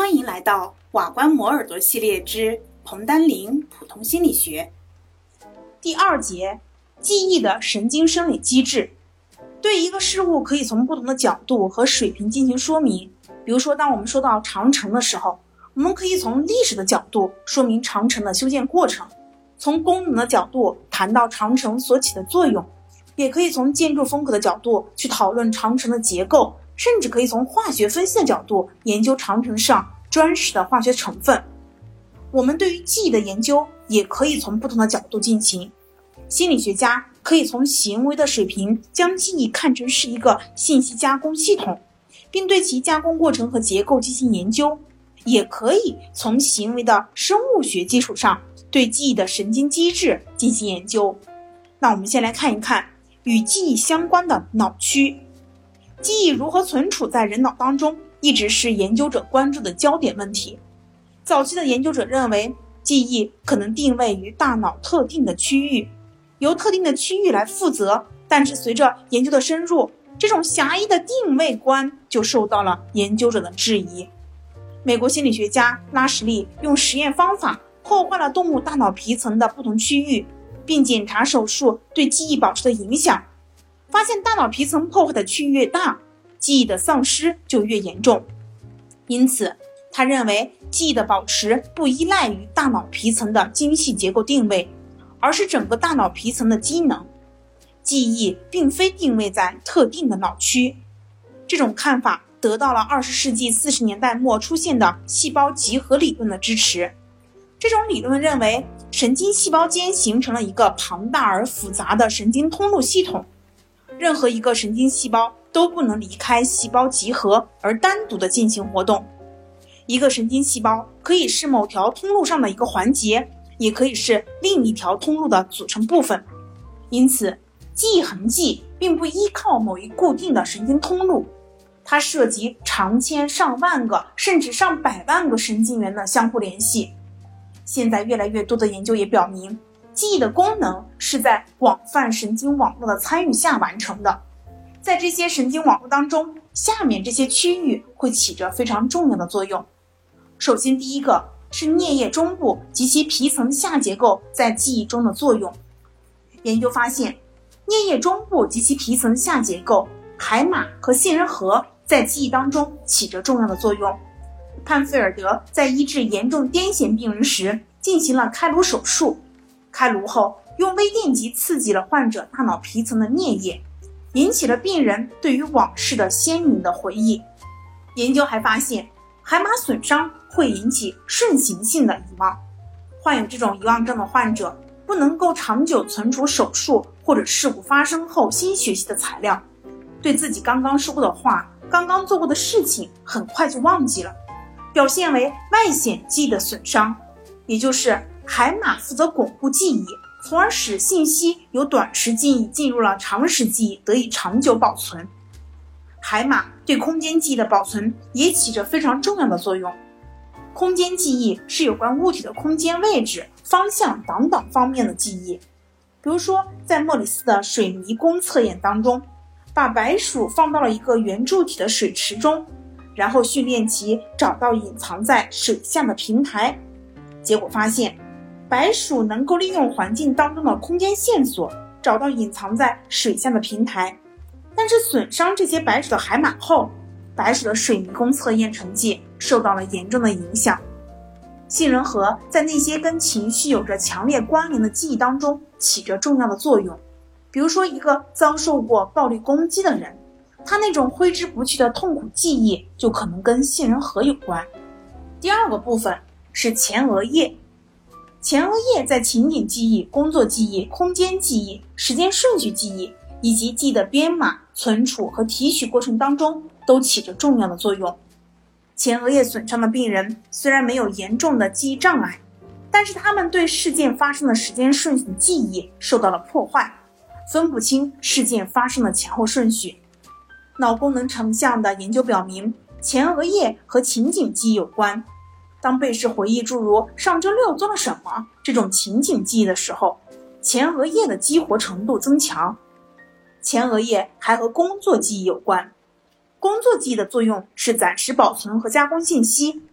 欢迎来到瓦关磨耳朵系列之彭丹林普通心理学。 第2节，记忆的神经生理机制。对一个事物可以从不同的角度和水平进行说明。比如说，当我们说到长城的时候，我们可以从历史的角度说明长城的修建过程，从功能的角度谈到长城所起的作用，也可以从建筑风格的角度去讨论长城的结构，甚至可以从化学分析的角度研究长城上砖石的化学成分。我们对于记忆的研究也可以从不同的角度进行。心理学家可以从行为的水平将记忆看成是一个信息加工系统，并对其加工过程和结构进行研究，也可以从行为的生物学基础上对记忆的神经机制进行研究。那我们先来看一看与记忆相关的脑区。记忆如何存储在人脑当中，一直是研究者关注的焦点问题。早期的研究者认为，记忆可能定位于大脑特定的区域，由特定的区域来负责，但是随着研究的深入，这种狭义的定位观就受到了研究者的质疑。美国心理学家拉什利用实验方法破坏了动物大脑皮层的不同区域，并检查手术对记忆保持的影响，发现大脑皮层破坏的区域越大，记忆的丧失就越严重。因此他认为记忆的保持不依赖于大脑皮层的精细结构定位，而是整个大脑皮层的机能。记忆并非定位在特定的脑区。这种看法得到了20世纪40年代末出现的细胞集合理论的支持。这种理论认为，神经细胞间形成了一个庞大而复杂的神经通路系统，任何一个神经细胞都不能离开细胞集合而单独的进行活动。一个神经细胞可以是某条通路上的一个环节，也可以是另一条通路的组成部分。因此，记忆痕迹并不依靠某一固定的神经通路，它涉及成千上万个甚至上百万个神经元的相互联系。现在越来越多的研究也表明，记忆的功能是在广泛神经网络的参与下完成的。在这些神经网络当中，下面这些区域会起着非常重要的作用。首先，第一个是颞叶中部及其皮层下结构在记忆中的作用。研究发现，颞叶中部及其皮层下结构、海马和杏仁核在记忆当中起着重要的作用。潘菲尔德在医治严重癫痫病人时进行了开颅手术，开颅后用微电极刺激了患者大脑皮层的颞叶，引起了病人对于往事的鲜明的回忆。研究还发现，海马损伤会引起顺行性的遗忘。患有这种遗忘症的患者不能够长久存储手术或者事故发生后新学习的材料，对自己刚刚说过的话、刚刚做过的事情很快就忘记了，表现为外显记忆的损伤，也就是海马负责巩固记忆，从而使信息由短时记忆进入了长时记忆，得以长久保存。海马对空间记忆的保存也起着非常重要的作用。空间记忆是有关物体的空间位置、方向等等方面的记忆。比如说，在莫里斯的水迷宫测验当中，把白鼠放到了一个圆柱体的水池中，然后训练其找到隐藏在水下的平台。结果发现，白鼠能够利用环境当中的空间线索找到隐藏在水下的平台，但是损伤这些白鼠的海马后，白鼠的水迷宫测验成绩受到了严重的影响。杏仁核在那些跟情绪有着强烈关联的记忆当中起着重要的作用。比如说，一个遭受过暴力攻击的人，他那种挥之不去的痛苦记忆就可能跟杏仁核有关。第2个部分是前额叶。前额叶在情景记忆、工作记忆、空间记忆、时间顺序记忆以及记忆的编码、存储和提取过程当中都起着重要的作用。前额叶损伤的病人虽然没有严重的记忆障碍，但是他们对事件发生的时间顺序的记忆受到了破坏，分不清事件发生的前后顺序。脑功能成像的研究表明，前额叶和情景记忆有关。当被试回忆诸如上周六做了什么这种情景记忆的时候，前额叶的激活程度增强。前额叶还和工作记忆有关。工作记忆的作用是暂时保存和加工信息，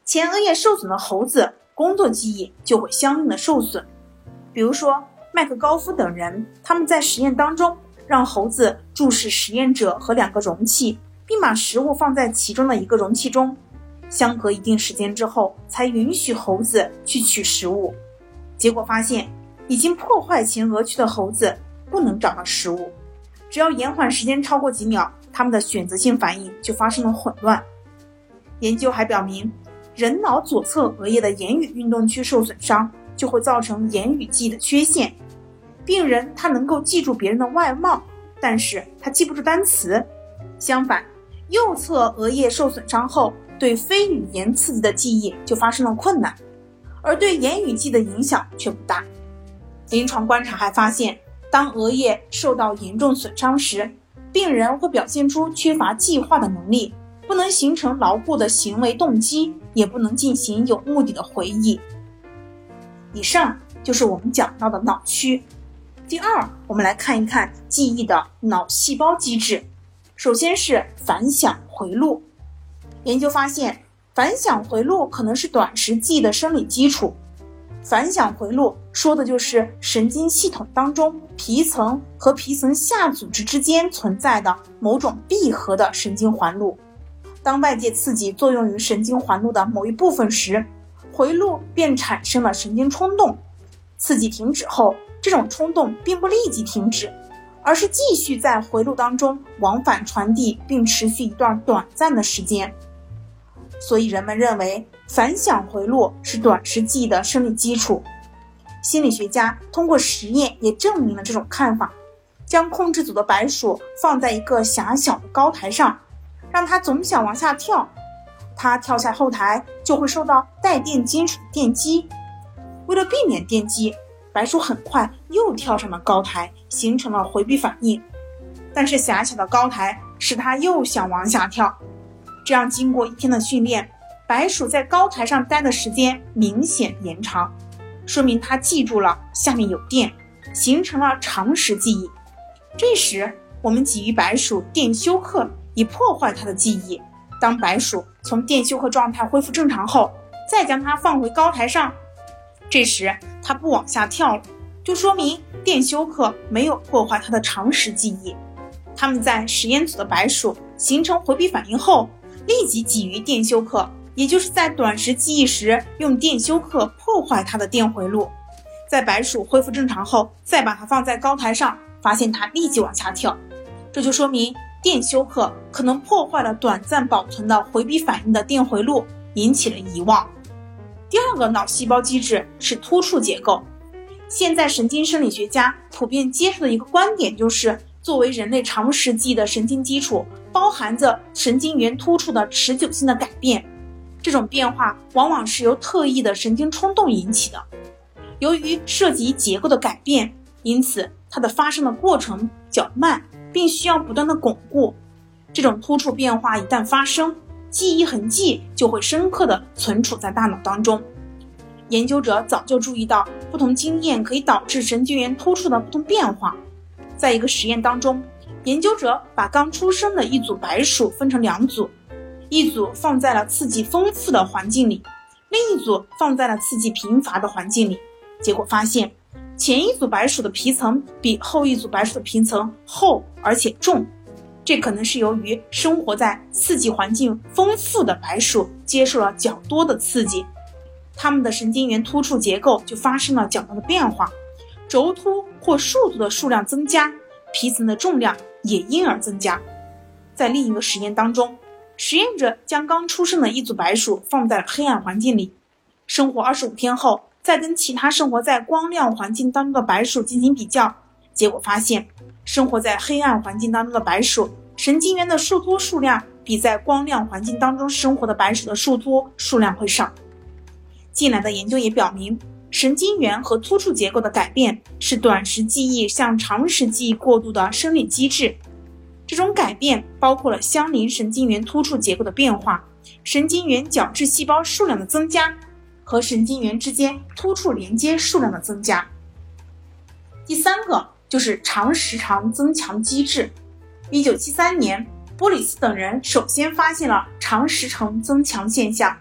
前额叶受损的猴子工作记忆就会相应的受损。比如说麦克高夫等人，他们在实验当中让猴子注视实验者和2个容器，并把食物放在其中的一个容器中，相隔一定时间之后才允许猴子去取食物。结果发现已经破坏前额区的猴子不能找到食物，只要延缓时间超过几秒，他们的选择性反应就发生了混乱。研究还表明，人脑左侧额叶的言语运动区受损伤就会造成言语记忆的缺陷。病人他能够记住别人的外貌，但是他记不住单词。相反，右侧额叶受损伤后，对非语言刺激的记忆就发生了困难，而对言语记忆的影响却不大。临床观察还发现，当额叶受到严重损伤时，病人会表现出缺乏计划的能力，不能形成牢固的行为动机，也不能进行有目的的回忆。以上就是我们讲到的脑区。第二，我们来看一看记忆的脑细胞机制。首先是反响回路。研究发现，反响回路可能是短时记忆的生理基础。反响回路说的就是神经系统当中皮层和皮层下组织之间存在的某种闭合的神经环路。当外界刺激作用于神经环路的某一部分时，回路便产生了神经冲动。刺激停止后，这种冲动并不立即停止，而是继续在回路当中往返传递，并持续一段短暂的时间。所以人们认为反响回路是短时记忆的生理基础。心理学家通过实验也证明了这种看法，将控制组的白鼠放在一个狭小的高台上，让它总想往下跳，它跳下后台就会受到带电金属的电击。为了避免电击，白鼠很快又跳上了高台，形成了回避反应。但是狭小的高台使它又想往下跳。这样经过1天的训练，白鼠在高台上待的时间明显延长，说明它记住了下面有电，形成了长时记忆。这时我们给予白鼠电休克，以破坏它的记忆。当白鼠从电休克状态恢复正常后，再将它放回高台上，这时它不往下跳了，就说明电休克没有破坏它的长时记忆。他们在实验组的白鼠形成回避反应后，立即给予电休克，也就是在短时记忆时用电休克破坏它的电回路。在白鼠恢复正常后，再把它放在高台上，发现它立即往下跳，这就说明电休克可能破坏了短暂保存的回避反应的电回路，引起了遗忘。第二个脑细胞机制是突触结构。现在神经生理学家普遍接受的一个观点就是，作为人类长时记忆的神经基础，包含着神经元突触的持久性的改变。这种变化往往是由特异的神经冲动引起的。由于涉及结构的改变，因此它的发生的过程较慢，并需要不断的巩固。这种突触变化一旦发生，记忆痕迹就会深刻地存储在大脑当中。研究者早就注意到不同经验可以导致神经元突触的不同变化。在一个实验当中，研究者把刚出生的一组白鼠分成2组，一组放在了刺激丰富的环境里，另一组放在了刺激贫乏的环境里。结果发现，前一组白鼠的皮层比后一组白鼠的皮层厚而且重，这可能是由于生活在刺激环境丰富的白鼠接受了较多的刺激，它们的神经元突触结构就发生了较大的变化，轴突或树突的数量增加，皮层的重量也因而增加。在另一个实验当中，实验者将刚出生的一组白鼠放在黑暗环境里，生活25天后，再跟其他生活在光亮环境当中的白鼠进行比较，结果发现，生活在黑暗环境当中的白鼠，神经元的树突数量比在光亮环境当中生活的白鼠的树突数量会少。近来的研究也表明，神经元和突触结构的改变是短时记忆向长时记忆过渡的生理机制。这种改变包括了相邻神经元突触结构的变化、神经元角质细胞数量的增加和神经元之间突触连接数量的增加。第三个就是长时长增强机制。1973年，波里斯等人首先发现了长时长增强现象，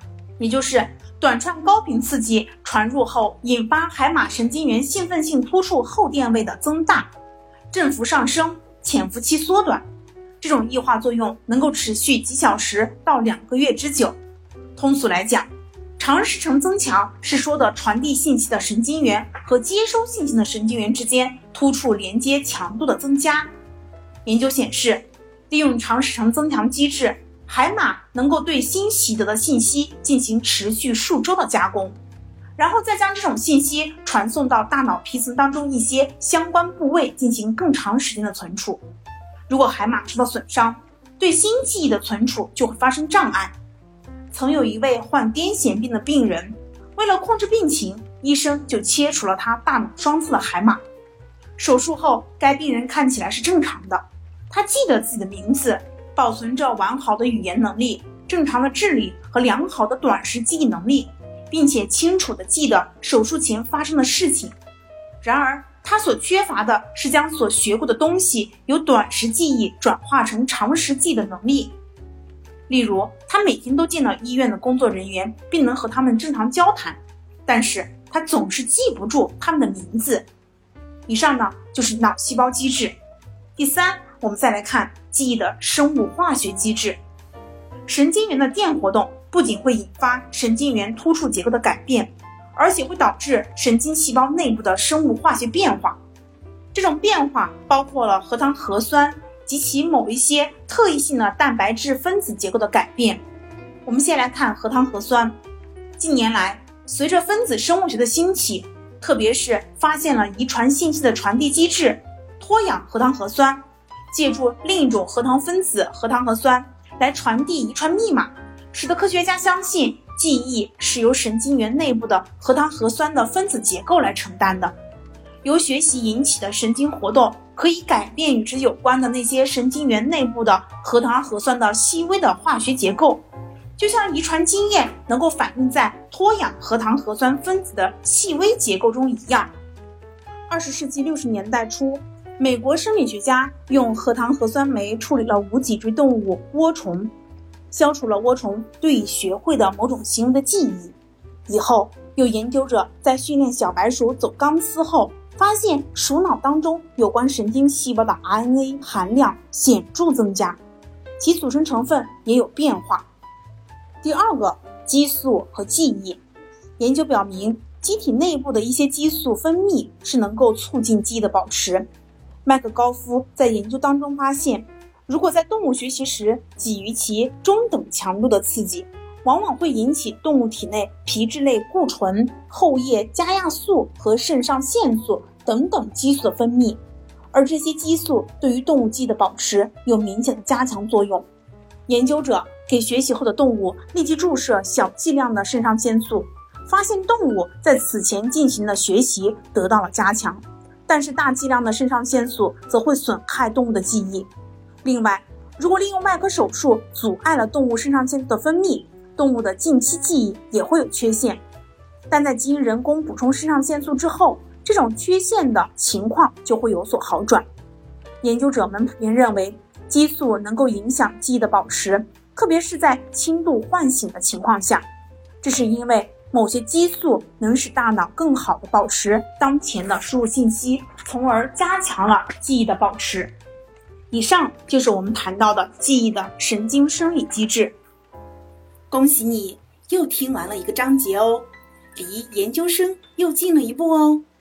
也就是短串高频刺激传入后引发海马神经元兴奋性突触后电位的增大，振幅上升，潜伏期缩短。这种异化作用能够持续几小时到2个月之久。通俗来讲，长时程增强是说的传递信息的神经元和接收信息的神经元之间突触连接强度的增加。研究显示，利用长时程增强机制，海马能够对新习得的信息进行持续数周的加工，然后再将这种信息传送到大脑皮层当中一些相关部位进行更长时间的存储。如果海马受到损伤，对新记忆的存储就会发生障碍。曾有一位患癫痫病的病人，为了控制病情，医生就切除了他大脑双侧的海马。手术后，该病人看起来是正常的，他记得自己的名字，保存着完好的语言能力、正常的智力和良好的短时记忆能力，并且清楚地记得手术前发生的事情。然而，他所缺乏的是将所学过的东西由短时记忆转化成长时记忆的能力。例如，他每天都见到医院的工作人员，并能和他们正常交谈，但是他总是记不住他们的名字。以上呢，就是脑细胞机制。第三，我们再来看记忆的生物化学机制。神经元的电活动不仅会引发神经元突触结构的改变，而且会导致神经细胞内部的生物化学变化。这种变化包括了核糖核酸及其某一些特异性的蛋白质分子结构的改变。我们先来看核糖核酸。近年来，随着分子生物学的兴起，特别是发现了遗传信息的传递机制脱氧核糖核酸，借助另一种核糖分子核糖核酸来传递遗传密码，使得科学家相信记忆是由神经元内部的核糖核酸的分子结构来承担的。由学习引起的神经活动可以改变与之有关的那些神经元内部的核糖核酸的细微的化学结构，就像遗传经验能够反映在脱氧核糖核酸分子的细微结构中一样。20世纪60年代初，美国生理学家用核糖核酸酶处理了无脊椎动物涡虫，消除了涡虫对已学会的某种行为的记忆。以后，有研究者在训练小白鼠走钢丝后，发现鼠脑当中有关神经细胞的 RNA 含量显著增加，其组成成分也有变化。第二个，激素和记忆。研究表明，机体内部的一些激素分泌是能够促进记忆的保持。麦克高夫在研究当中发现，如果在动物学习时给予其中等强度的刺激，往往会引起动物体内皮质类固醇、后叶加亚素和肾上腺素等等激素的分泌，而这些激素对于动物记忆的保持有明显的加强作用。研究者给学习后的动物立即注射小剂量的肾上腺素，发现动物在此前进行的学习得到了加强，但是大剂量的肾上腺素则会损害动物的记忆。另外，如果利用外科手术阻碍了动物肾上腺素的分泌，动物的近期记忆也会有缺陷。但在基因人工补充肾上腺素之后，这种缺陷的情况就会有所好转。研究者们普遍认为，激素能够影响记忆的保持，特别是在轻度唤醒的情况下。这是因为某些激素能使大脑更好地保持当前的输入信息，从而加强了记忆的保持。以上就是我们谈到的记忆的神经生理机制。 恭喜你又听完了一个章节哦，离研究生又近了一步哦。